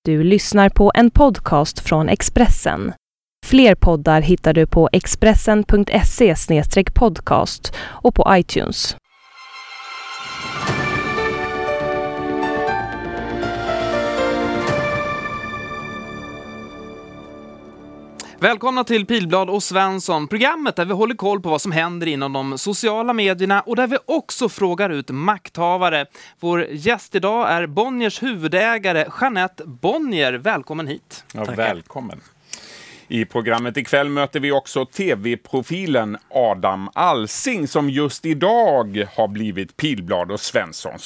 Du lyssnar på en podcast från Expressen. Fler poddar hittar du på expressen.se/podcast och på iTunes. Välkomna till Pilblad och Svensson, programmet där vi håller koll på vad som händer inom de sociala medierna och där vi också frågar ut makthavare. Vår gäst idag är Bonniers huvudägare Jeanette Bonnier. Välkommen hit. Ja, välkommen. I programmet ikväll möter vi också tv-profilen Adam Alsing som just idag har blivit Pilblad och Svenssons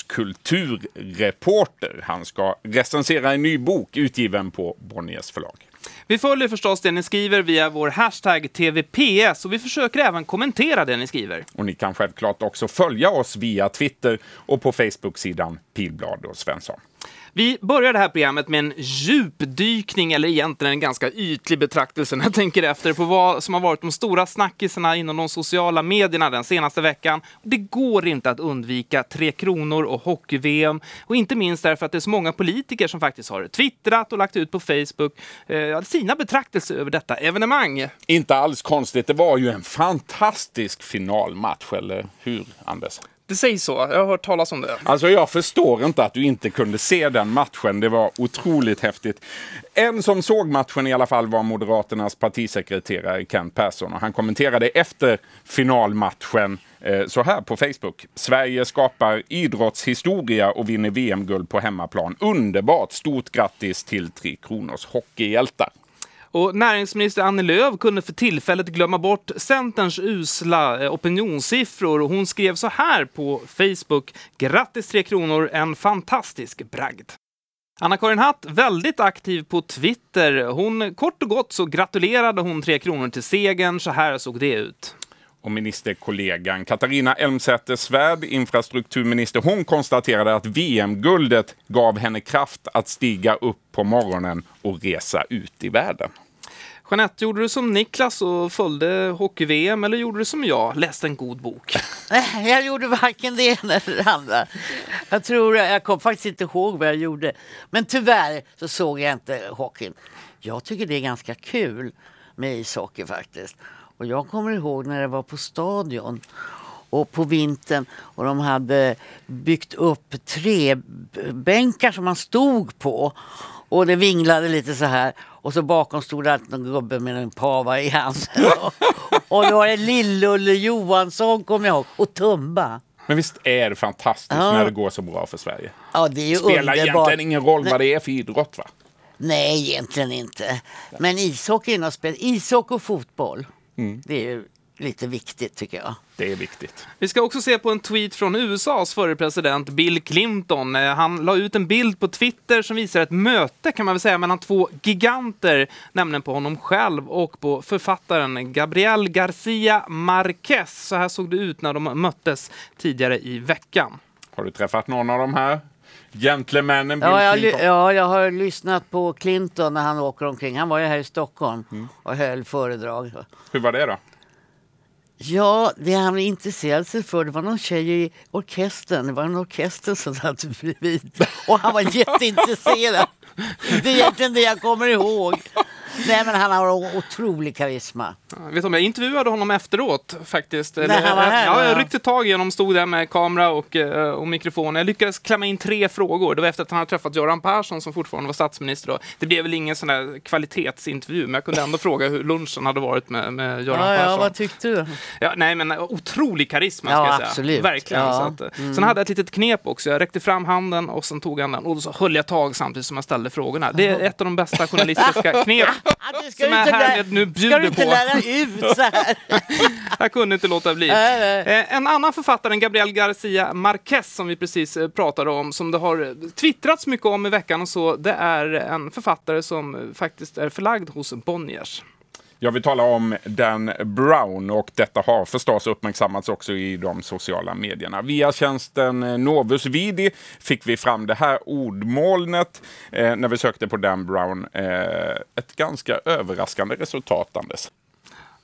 kulturreporter. Han ska recensera en ny bok utgiven på Bonniers förlag. Vi följer förstås det ni skriver via vår hashtag TVPS och vi försöker även kommentera det ni skriver. Och ni kan självklart också följa oss via Twitter och på Facebook-sidan Pilblad och Svensson. Vi börjar det här programmet med en djupdykning, eller egentligen en ganska ytlig betraktelse när jag tänker efter på vad som har varit de stora snackisarna inom de sociala medierna den senaste veckan. Det går inte att undvika 3 kronor och hockey-VM, och inte minst därför att det är så många politiker som faktiskt har twittrat och lagt ut på Facebook sina betraktelser över detta evenemang. Inte alls konstigt, det var ju en fantastisk finalmatch, eller hur, Anders? Det sägs så, jag har hört talas om det. Alltså jag förstår inte att du inte kunde se den matchen, det var otroligt häftigt. En som såg matchen i alla fall var Moderaternas partisekreterare Kent Persson, och han kommenterade efter finalmatchen så här på Facebook. Sverige skapar idrottshistoria och vinner VM-guld på hemmaplan. Underbart, stort grattis till 3 kronors hockeyhjältar. Och näringsminister Annie Lööf kunde för tillfället glömma bort Centerns usla opinionssiffror. Och hon skrev så här på Facebook: grattis 3 kronor, en fantastisk bragd. Anna-Karin Hatt, väldigt aktiv på Twitter. Hon, kort och gott så gratulerade hon 3 kronor till segern. Så här såg det ut. Och ministerkollegan Katarina Elmsäter-Svärd, infrastrukturminister, hon konstaterade att VM-guldet gav henne kraft att stiga upp på morgonen och resa ut i världen. Jeanette, gjorde du som Niklas och följde hockey-VM, eller gjorde du som jag, läste en god bok? Jag gjorde varken det ena eller det andra. Jag kom faktiskt inte ihåg vad jag gjorde. Men tyvärr så såg jag inte hockeyn. Jag tycker det är ganska kul med ishockey faktiskt. Och jag kommer ihåg när det var på stadion och på vintern och de hade byggt upp 3-bänkar som man stod på. Och det vinglade lite så här. Och så bakom stod det alltid någon gubbe med en pava i handen. Och då var det Lill-Ulle Johansson, kommer jag ihåg. Och Tumba. Men visst är det fantastiskt när det går så bra för Sverige? Ja, det är ju spelar underbart. Egentligen ingen roll vad det är för idrott, va? Nej, egentligen inte. Men ishockey är något spel. Ishockey och fotboll. Det är ju lite viktigt tycker jag. Det är viktigt. Vi ska också se på en tweet från USAs förre president Bill Clinton. Han la ut en bild på Twitter som visar ett möte, kan man väl säga, mellan 2 giganter, nämligen på honom själv och på författaren Gabriel Garcia Marquez. Så här såg det ut när de möttes tidigare i veckan. Har du träffat någon av de här gentlemännen? Ja, jag har lyssnat på Clinton när han åker omkring. Han var ju här i Stockholm och höll föredrag. Hur var det då? Ja, det han intresserade sig för, det var någon tjej i orkestern. Det var en orkester som satt bredvid. Och han var jätteintresserad. Det är egentligen det jag kommer ihåg. Nej, men han har otrolig karisma. Vet du om jag intervjuade honom efteråt faktiskt. Nej, han var här, ja, jag ryckte tag i honom, stod där med kamera och mikrofon. Jag lyckades klämma in 3 frågor. Det var efter att han hade träffat Göran Persson som fortfarande var statsminister då. Det blev väl ingen sån där kvalitetsintervju, men jag kunde ändå fråga hur lunchen hade varit med Göran Persson. Ja, vad tyckte du? Ja, nej, men otrolig karisma ska jag säga. Absolut. Verkligen. Ja. Sen hade jag ett litet knep också. Jag räckte fram handen och sen tog han den. Och så höll jag tag samtidigt som jag ställde frågorna. Det är ett av de bästa journalistiska knep som jag härmed nu bjuder på. Ska du inte lära ut så här? Jag kunde inte låta bli. En annan författare, Gabriel Garcia Marquez, som vi precis pratade om, som det har twittrats mycket om i veckan och så, det är en författare som faktiskt är förlagd hos Bonniers. Jag vill tala om Dan Brown, och detta har förstås uppmärksammats också i de sociala medierna. Via tjänsten Novus Vidi fick vi fram det här ordmolnet när vi sökte på Dan Brown. Ett ganska överraskande resultat, Anders.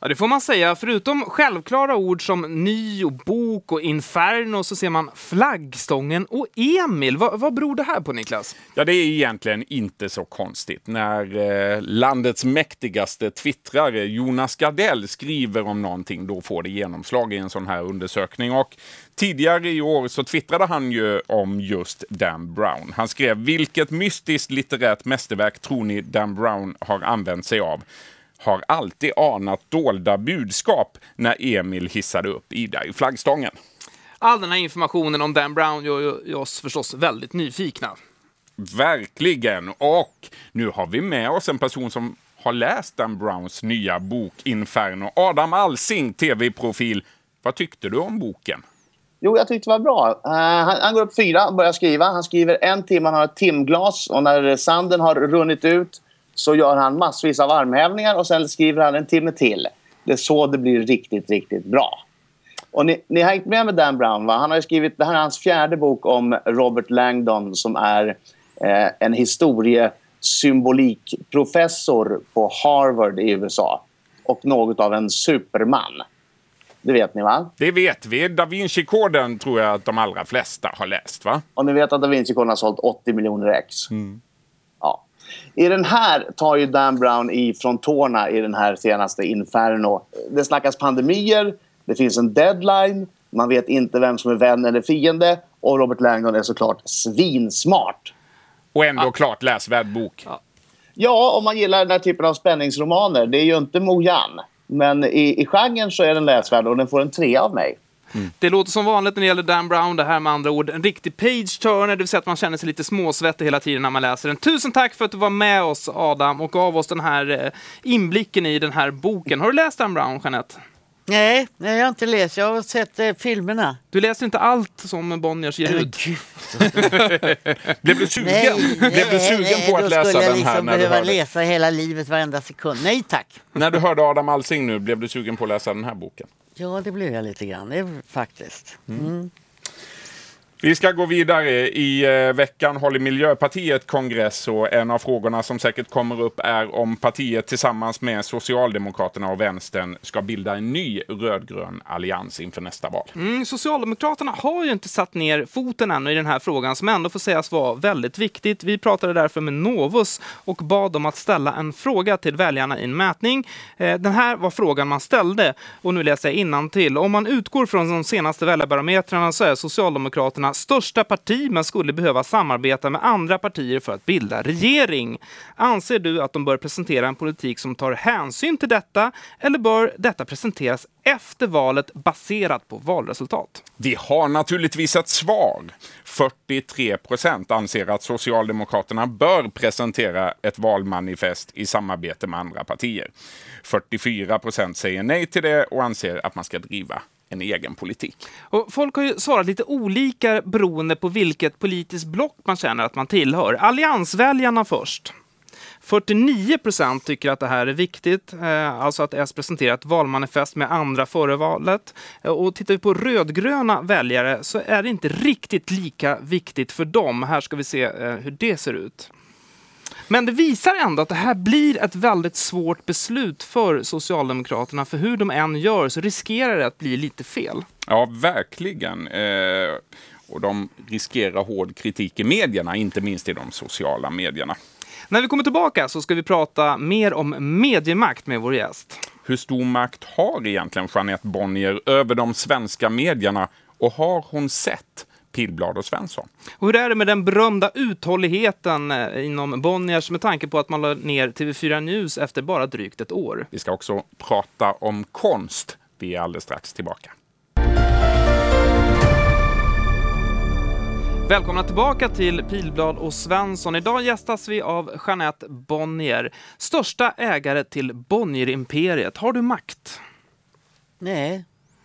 Ja, det får man säga. Förutom självklara ord som ny och bok och inferno så ser man flaggstången och Emil. Vad beror det här på, Niklas? Ja, det är egentligen inte så konstigt. När landets mäktigaste twittrare Jonas Gardell skriver om någonting, då får det genomslag i en sån här undersökning. Och tidigare i år så twittrade han ju om just Dan Brown. Han skrev: vilket mystiskt litterärt mästerverk tror ni Dan Brown har använt sig av? Har alltid anat dolda budskap när Emil hissade upp Ida i flaggstången. All den här informationen om Dan Brown gör oss förstås väldigt nyfikna. Verkligen. Och nu har vi med oss en person som har läst Dan Browns nya bok Inferno. Adam Alsing, tv-profil. Vad tyckte du om boken? Jo, jag tyckte det var bra. Han går upp 4 och börjar skriva. Han skriver 1 timme, han har ett timglas. Och när sanden har runnit ut så gör han massvis av armhävningar och sen skriver han 1 timme till. Det är så det blir riktigt, riktigt bra. Och ni har hängt med Dan Brown, va? Han har ju skrivit, det här är hans 4:e bok om Robert Langdon som är en historiesymbolikprofessor på Harvard i USA. Och något av en superman. Det vet ni, va? Det vet vi. Da Vinci-koden tror jag att de allra flesta har läst, va? Och ni vet att Da Vinci-koden har sålt 80 miljoner ex. Ja. I den här tar ju Dan Brown ifrån tårna i den här senaste Inferno. Det snackas pandemier, det finns en deadline, man vet inte vem som är vän eller fiende och Robert Langdon är såklart svinsmart. Och ändå klart läsvärd bok. Ja, om man gillar den här typen av spänningsromaner. Det är ju inte Mojan, men i genren så är den läsvärd och den får en 3 av mig. Det låter som vanligt när det gäller Dan Brown, det här med andra ord en riktig page-turner, det vill säga att man känner sig lite småsvettig hela tiden när man läser den. Tusen tack för att du var med oss, Adam, och gav oss den här inblicken i den här boken. Har du läst Dan Brown, Jeanette? Nej, jag har inte läst. Jag har sett filmerna. Du läser inte allt som Bonniers ger ut. Blev du sugen? Blev du sugen på att läsa den här? Då skulle jag liksom när du behöva hörde? läsa hela livet, varenda sekund. Nej, tack. När du hörde Adam Alsing nu, blev du sugen på att läsa den här boken? Ja, det blev jag lite grann. Det är faktiskt. Vi ska gå vidare. I veckan håller Miljöpartiet kongress och en av frågorna som säkert kommer upp är om partiet tillsammans med Socialdemokraterna och Vänstern ska bilda en ny rödgrön allians inför nästa val. Socialdemokraterna har ju inte satt ner foten ännu i den här frågan som ändå får sägas vara väldigt viktigt. Vi pratade därför med Novus och bad dem att ställa en fråga till väljarna i en mätning. Den här var frågan man ställde och nu läser jag innantill. Om man utgår från de senaste väljarbarometrarna så är Socialdemokraterna största parti men skulle behöva samarbeta med andra partier för att bilda regering. Anser du att de bör presentera en politik som tar hänsyn till detta eller bör detta presenteras efter valet baserat på valresultat? Vi har naturligtvis ett svar. 43% anser att Socialdemokraterna bör presentera ett valmanifest i samarbete med andra partier. 44% säger nej till det och anser att man ska driva en egen politik. Och folk har ju svarat lite olika beroende på vilket politiskt block man känner att man tillhör. Alliansväljarna först. 49% tycker att det här är viktigt, alltså att S presenterar ett valmanifest med andra före valet. Och tittar vi på rödgröna väljare så är det inte riktigt lika viktigt för dem. Här ska vi se hur det ser ut. Men det visar ändå att det här blir ett väldigt svårt beslut för Socialdemokraterna. För hur de än gör så riskerar det att bli lite fel. Ja, verkligen. Och de riskerar hård kritik i medierna, inte minst i de sociala medierna. När vi kommer tillbaka så ska vi prata mer om mediemakt med vår gäst. Hur stor makt har egentligen Jeanette Bonnier över de svenska medierna och har hon sett Pilblad och Svensson? Och hur är det med den berömda uthålligheten inom Bonniers med tanke på att man la ner TV4 News efter bara drygt ett år? Vi ska också prata om konst. Vi är alldeles strax tillbaka. Välkomna tillbaka till Pilblad och Svensson. Idag gästas vi av Jeanette Bonnier, största ägare till Bonnier-imperiet. Har du makt? Nej.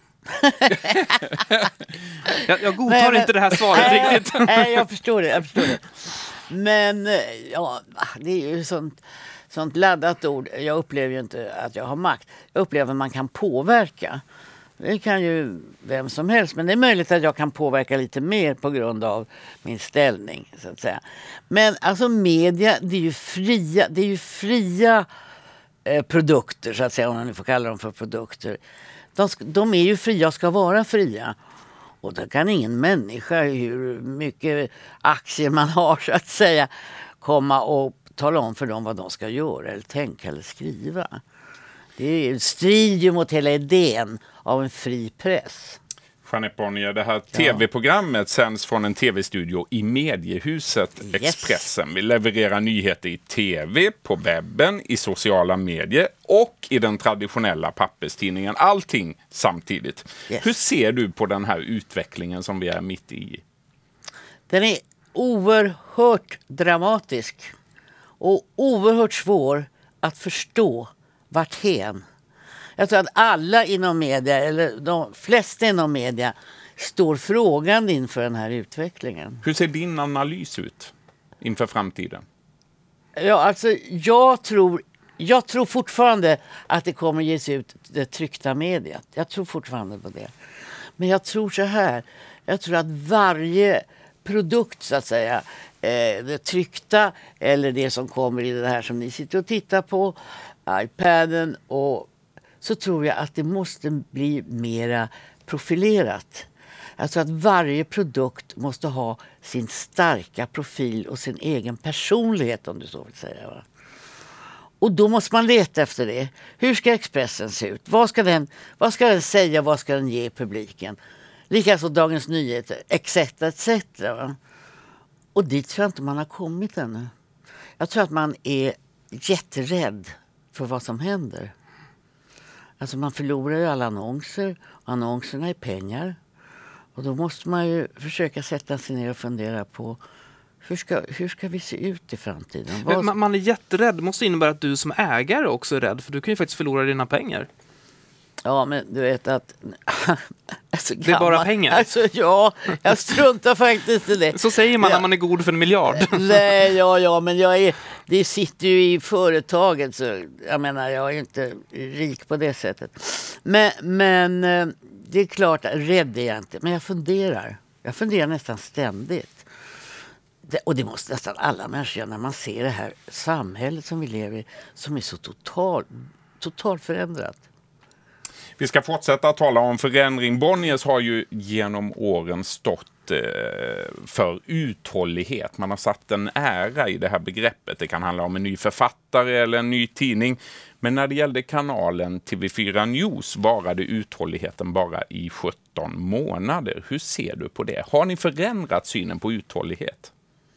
Jag godtar inte det här svaret riktigt. Nej, jag förstår det. Men ja, det är ju sånt laddat ord. Jag upplever ju inte att jag har makt. Jag upplever att man kan påverka. Det kan ju vem som helst, men det är möjligt att jag kan påverka lite mer på grund av min ställning, så att säga. Men alltså media, det är ju fria produkter, så att säga, om man nu får kalla dem för produkter. De är ju fria och ska vara fria. Och då kan ingen människa, hur mycket aktier man har så att säga, komma och tala om för dem vad de ska göra eller tänka eller skriva. Det strider ju mot hela idén av en fri press. Jeanette Bonnier, det här tv-programmet sänds från en tv-studio i mediehuset Expressen. Vi levererar nyheter i tv, på webben, i sociala medier och i den traditionella papperstidningen. Allting samtidigt. Hur ser du på den här utvecklingen som vi är mitt i? Den är oerhört dramatisk och oerhört svår att förstå varthän. Jag tror att alla inom media, eller de flesta inom media, står frågande inför den här utvecklingen. Hur ser din analys ut inför framtiden? Ja, alltså jag tror fortfarande att det kommer ges ut det tryckta mediet. Jag tror fortfarande på det. Men jag tror så här. Jag tror att varje produkt, så att säga, det tryckta eller det som kommer i det här som ni sitter och tittar på, iPaden, och så tror jag att det måste bli mera profilerat. Alltså att varje produkt måste ha sin starka profil och sin egen personlighet, om du så vill säga. Va? Och då måste man leta efter det. Hur ska Expressen se ut? Vad ska den säga? Vad ska den ge publiken? Likaså Dagens Nyheter, etc. Va? Och dit tror jag inte man har kommit ännu. Jag tror att man är jätterädd för vad som händer. Alltså man förlorar ju alla annonser. Annonserna är pengar. Och då måste man ju försöka sätta sig ner och fundera på hur ska vi se ut i framtiden? Man är jätterädd. Det måste innebära att du som ägare också är rädd. För du kan ju faktiskt förlora dina pengar. Ja, men du vet att... alltså, det är bara pengar. Alltså, ja, jag struntar faktiskt i det. Så säger man när man är god för 1 miljard. Nej, men det sitter ju i företaget. Så jag menar, jag är inte rik på det sättet. Men det är klart, rädd är jag inte. Men jag funderar. Jag funderar nästan ständigt. Och det måste nästan alla människor göra när man ser det här samhället som vi lever i. Som är så totalt förändrat. Vi ska fortsätta tala om förändring. Bonniers har ju genom åren stått för uthållighet. Man har satt en ära i det här begreppet. Det kan handla om en ny författare eller en ny tidning. Men när det gällde kanalen TV4 News varade uthålligheten bara i 17 månader. Hur ser du på det? Har ni förändrat synen på uthållighet?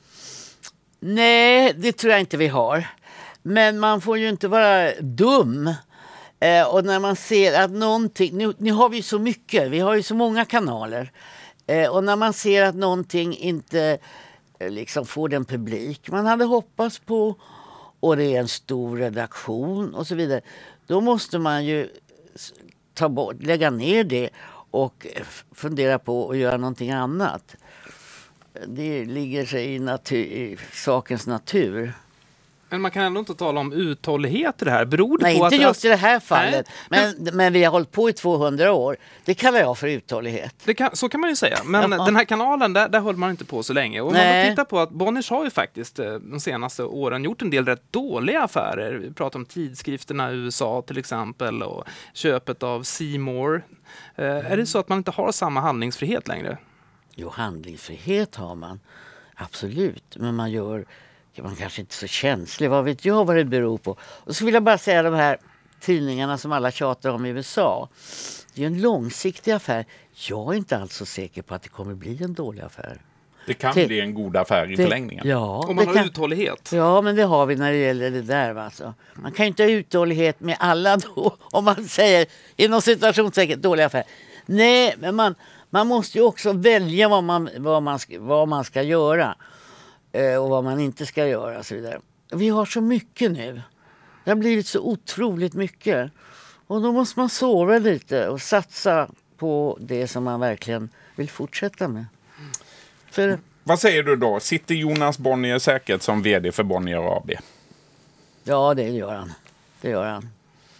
Nej, det tror jag inte vi har. Men man får ju inte vara dum. Och när man ser att någonting... Nu har vi så mycket. Vi har ju så många kanaler. Och när man ser att någonting inte liksom får den publik man hade hoppats på, och det är en stor redaktion och så vidare, då måste man ju lägga ner det och fundera på att göra någonting annat. Det ligger sig i sakens natur. Men man kan ändå inte tala om uthållighet i det här. Beror det Nej, på inte att... just i det här fallet. Men vi har hållit på i 200 år. Det kallar jag för uthållighet. Så kan man ju säga. Men den här kanalen, där håller man inte på så länge. Och man tittar på att Bonniers har ju faktiskt de senaste åren gjort en del rätt dåliga affärer. Vi pratar om tidskrifterna i USA till exempel och köpet av C More. Är det så att man inte har samma handlingsfrihet längre? Jo, handlingsfrihet har man. Absolut. Men man kanske inte är så känslig. Vad vet jag vad det beror på? Och så vill jag bara säga de här tidningarna som alla tjatar om i USA. Det är en långsiktig affär. Jag är inte alls så säker på att det kommer bli en dålig affär. Det kan bli en god affär i förlängningen. Ja, om man har uthållighet. Ja, men det har vi när det gäller det där. Alltså. Man kan ju inte ha uthållighet med alla då, om man säger inom situationssäkert dålig affär. Nej, men man måste ju också välja vad man ska göra. Och vad man inte ska göra och så vidare. Vi har så mycket nu. Det har blivit så otroligt mycket. Och då måste man sova lite och satsa på det som man verkligen vill fortsätta med. Vad säger du då? Sitter Jonas Bonnier säkert som vd för Bonnier AB? Ja, det gör han. Det gör han.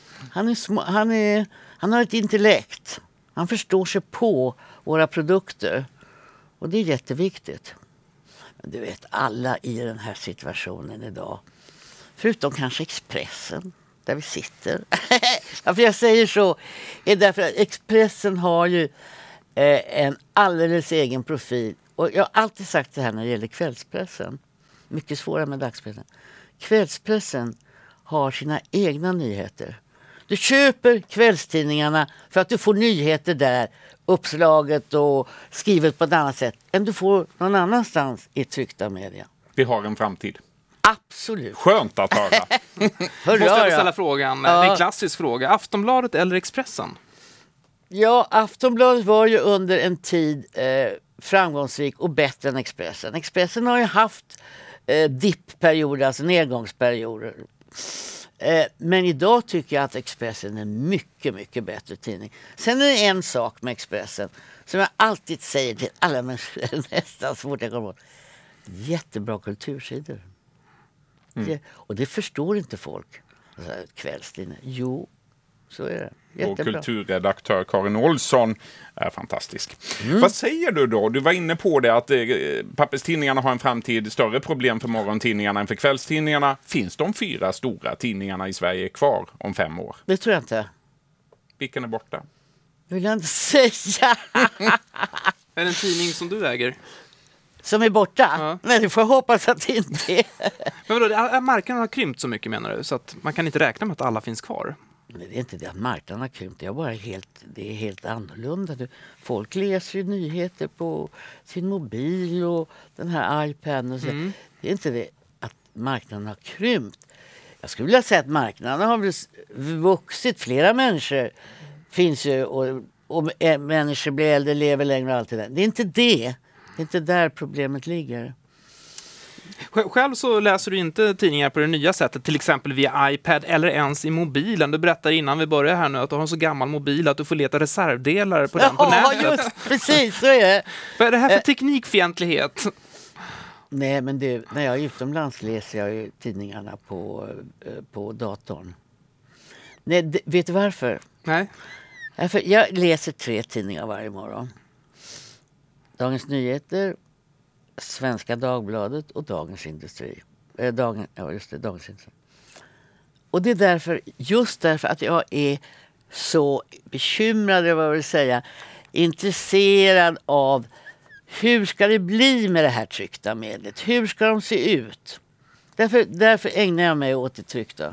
Han har ett intellekt. Han förstår sig på våra produkter. Och det är jätteviktigt. Men du vet, alla i den här situationen idag, förutom kanske Expressen, där vi sitter. Varför jag säger så är därför att Expressen har ju en alldeles egen profil. Och jag har alltid sagt det här när det gäller kvällspressen. Mycket svårare med dagspressen. Kvällspressen har sina egna nyheter. Du köper kvällstidningarna för att du får nyheter där, uppslaget och skrivet på ett annat sätt än du får någon annanstans i tryckta media. Vi har en framtid. Absolut. Skönt att höra. Måste jag ställa frågan, det är en klassisk fråga. Aftonbladet eller Expressen? Ja, Aftonbladet var ju under en tid framgångsrik och bättre än Expressen. Expressen har ju haft dippperioder, alltså nedgångsperioder. Men idag tycker jag att Expressen är en mycket, mycket bättre tidning. Sen är det en sak med Expressen som jag alltid säger till alla människor nästan så fort jag kommer åt. Jättebra kultursidor. Och det förstår inte folk. Alltså, kvällstidning. Jo, så är det. Och kulturredaktör Karin Olsson är fantastisk. Vad säger du då? Du var inne på det att papperstidningarna har en framtid, större problem för morgontidningarna än för kvällstidningarna. Finns de 4 stora tidningarna i Sverige kvar om 5 år? Det tror jag inte. Vilken är borta? Vill jag inte säga. Är det en tidning som du äger? Som är borta? Ja. Nej, det får jag hoppas att det inte är. Men vadå, marknaden har krympt så mycket menar du? Så att man kan inte räkna med att alla finns kvar? Nej, det är inte det att marknaden har krympt. Det är helt annorlunda. Folk läser ju nyheter på sin mobil och den här iPaden. Och så. Det är inte det att marknaden har krympt. Jag skulle vilja säga att marknaden har vuxit. Flera människor finns ju och människor blir äldre, lever längre och allt det där. Det är inte det. Det är inte där problemet ligger. Själv så läser du inte tidningar på det nya sättet, till exempel via iPad eller ens i mobilen. Du berättar innan vi börjar här nu att du har en så gammal mobil att du får leta reservdelar på den på nätet. Ja, just precis, så är det. Vad är det här för teknikfientlighet? Nej, men när jag är utomlands läser jag ju tidningarna på datorn. Nej, vet du varför? Nej. För jag läser 3 tidningar varje morgon. Dagens Nyheter, Svenska Dagbladet och Dagens Industri. Dagens Industri. Och det är just därför att jag är så bekymrad, vad vill säga, intresserad av hur ska det bli med det här tryckta medlet? Hur ska de se ut? Därför ägnar jag mig åt det tryckta.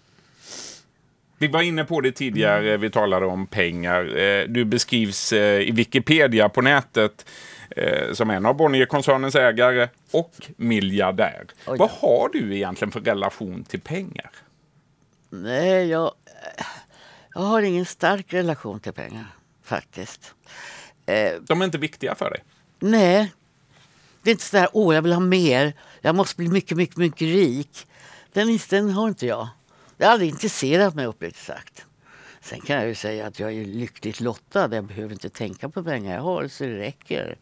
Vi var inne på det tidigare, vi talade om pengar. Du beskrivs i Wikipedia på nätet som en av Bonnier-koncernens ägare och miljardär. Vad har du egentligen för relation till pengar? Nej, jag har ingen stark relation till pengar, faktiskt. De är inte viktiga för dig? Nej, det är inte så där, jag vill ha mer. Jag måste bli mycket, mycket, mycket rik. Den inställningen har inte jag. Det har aldrig intresserat mig, uppriktigt sagt. Sen kan jag ju säga att jag är lyckligt lottad. Jag behöver inte tänka på pengar jag har, så det räcker.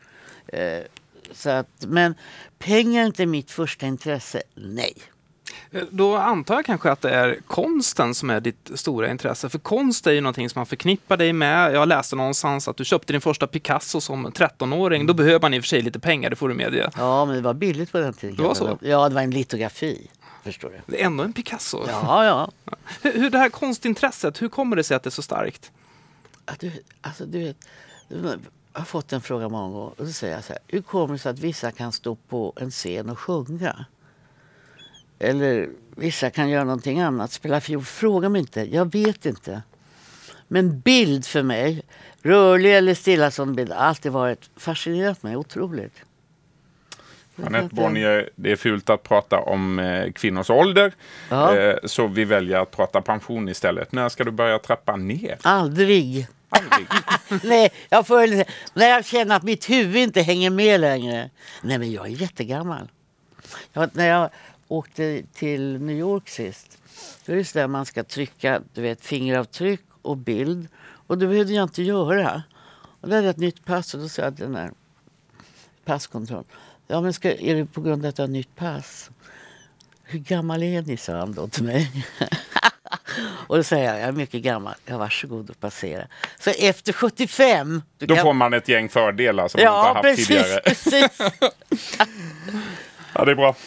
Men pengar är inte mitt första intresse, nej. Då antar jag kanske att det är konsten som är ditt stora intresse. För konst är ju någonting som man förknippar dig med. Jag läste någonstans att du köpte din första Picasso som 13-åring. Då behöver man i och för sig lite pengar, det får du medge. Ja, men det var billigt på den tiden. Det var så? Ja, det var en litografi. Förstår du? Det är ändå en Picasso. Ja. Hur det här konstintresset, hur kommer det sig att det är så starkt? Du vet, jag har fått en fråga många gånger och då säger jag så här: hur kommer det sig att vissa kan stå på en scen och sjunga? Eller vissa kan göra någonting annat, spela fiol. Fråga mig inte, jag vet inte. Men bild för mig, rörlig eller stillastående bild, har alltid varit fascinerat mig otroligt. Anette Bonnier, det är fult att prata om kvinnors ålder. Ja. Så vi väljer att prata pension istället. När ska du börja trappa ner? Aldrig. Nej, när jag känner att mitt huvud inte hänger med längre. Nej, men jag är jättegammal. När jag åkte till New York sist, då är det så där man ska trycka, du vet, fingeravtryck och bild. Och det behövde jag inte göra. Och då hade jag ett nytt pass och då sa jag den där passkontroll. Ja, men är det på grund av att jag har nytt pass? Hur gammal är ni, sa han då till mig. Och då säger jag är mycket gammal. Ja, varsågod och passera. Så efter 75... Då får man ett gäng fördelar som man inte har haft tidigare. Precis. Ja, det är bra. Ja.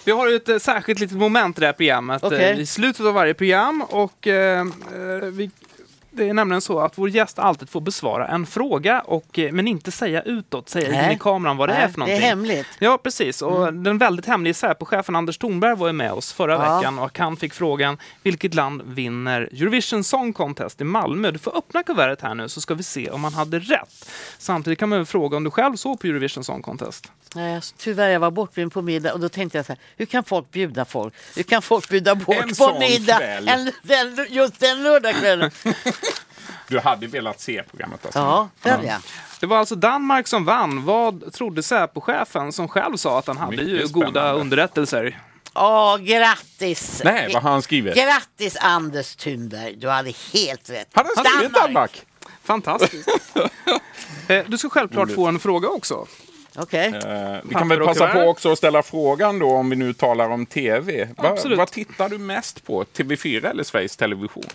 Vi har ju ett särskilt litet moment i det här programmet i slutet av varje program och det är nämligen så att vår gäst alltid får besvara en fråga men inte säga utåt, säga in i kameran vad det är för någonting. Det är hemligt. Ja, precis. Och den väldigt hemliga Säpo-chefen Anders Thornberg var ju med oss förra veckan och han fick frågan: vilket land vinner Eurovision Song Contest i Malmö? Du får öppna kuvertet här nu så ska vi se om han hade rätt. Samtidigt kan man ju fråga om du själv såg på Eurovision Song Contest. Nej, tyvärr, jag var bortbjuden på middag och då tänkte jag så här, hur kan folk bjuda folk? Hur kan folk bjuda bort på middag just den lördagskvällen? Du hade velat se programmet alltså? Ja, det hade jag. Det var alltså Danmark som vann. Vad trodde Säpo-chefen som själv sa att han hade ju goda underrättelser? Grattis! Nej, vad har han skrivit? Grattis Anders Thunberg, du hade helt rätt. Hade han skrivit Danmark? Fantastiskt. Du ska självklart få en fråga också. Okej. Vi kan väl passa på också att ställa frågan då om vi nu talar om tv. Vad tittar du mest på? TV4 eller Sveriges Television?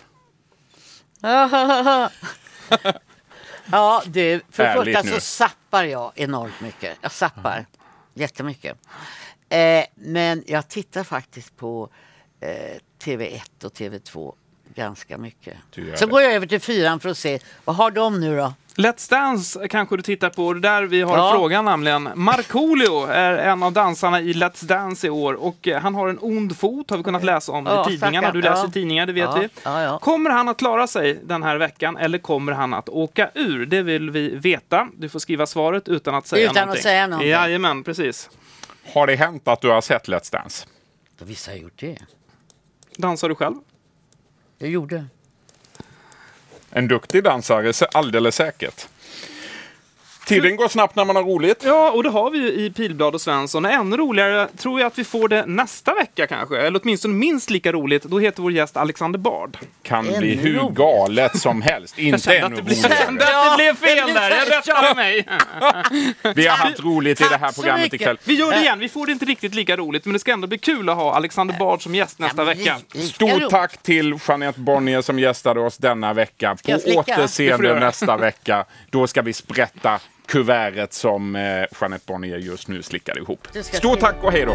Ja, du, för det första nu. så zappar jag enormt mycket. Jag zappar jättemycket. Men jag tittar faktiskt på TV1 och TV2 ganska mycket. Så går jag över till 4 för att se, vad har de nu då? Let's Dance kanske du tittar på, där vi har frågan nämligen. Markoolio är en av dansarna i Let's Dance i år och han har en ond fot, har vi kunnat läsa om i tidningarna. Du läser tidningar, det vet vi. Kommer han att klara sig den här veckan eller kommer han att åka ur? Det vill vi veta. Du får skriva svaret utan att säga någonting. Utan att säga någonting. Jajamän, precis. Har det hänt att du har sett Let's Dance? Då vissa har gjort det. Dansar du själv? Jag gjorde. En duktig dansare, alldeles säkert. Tiden går snabbt när man har roligt. Ja, och det har vi ju i Pilblad och Svensson. Ännu roligare tror jag att vi får det nästa vecka kanske. Eller åtminstone minst lika roligt. Då heter vår gäst Alexander Bard. Kan bli hur galet som helst. Inte ännu roligare. Jag kände att det blev fel där. Jag rättade mig. Vi har haft roligt i det här programmet ikväll. Vi gör det igen. Vi får det inte riktigt lika roligt. Men det ska ändå bli kul att ha Alexander Bard som gäst nästa vecka. Stort tack till Jeanette Bonnier som gästade oss denna vecka. På återseende nästa vecka. Då ska vi sprätta kuvertet som Jeanette Bonnier just nu slickade ihop. Stort tack och hej då!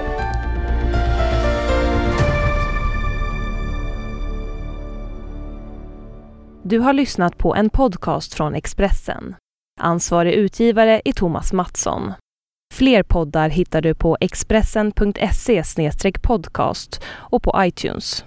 Du har lyssnat på en podcast från Expressen. Ansvarig utgivare är Thomas Mattsson. Fler poddar hittar du på expressen.se/podcast och på iTunes.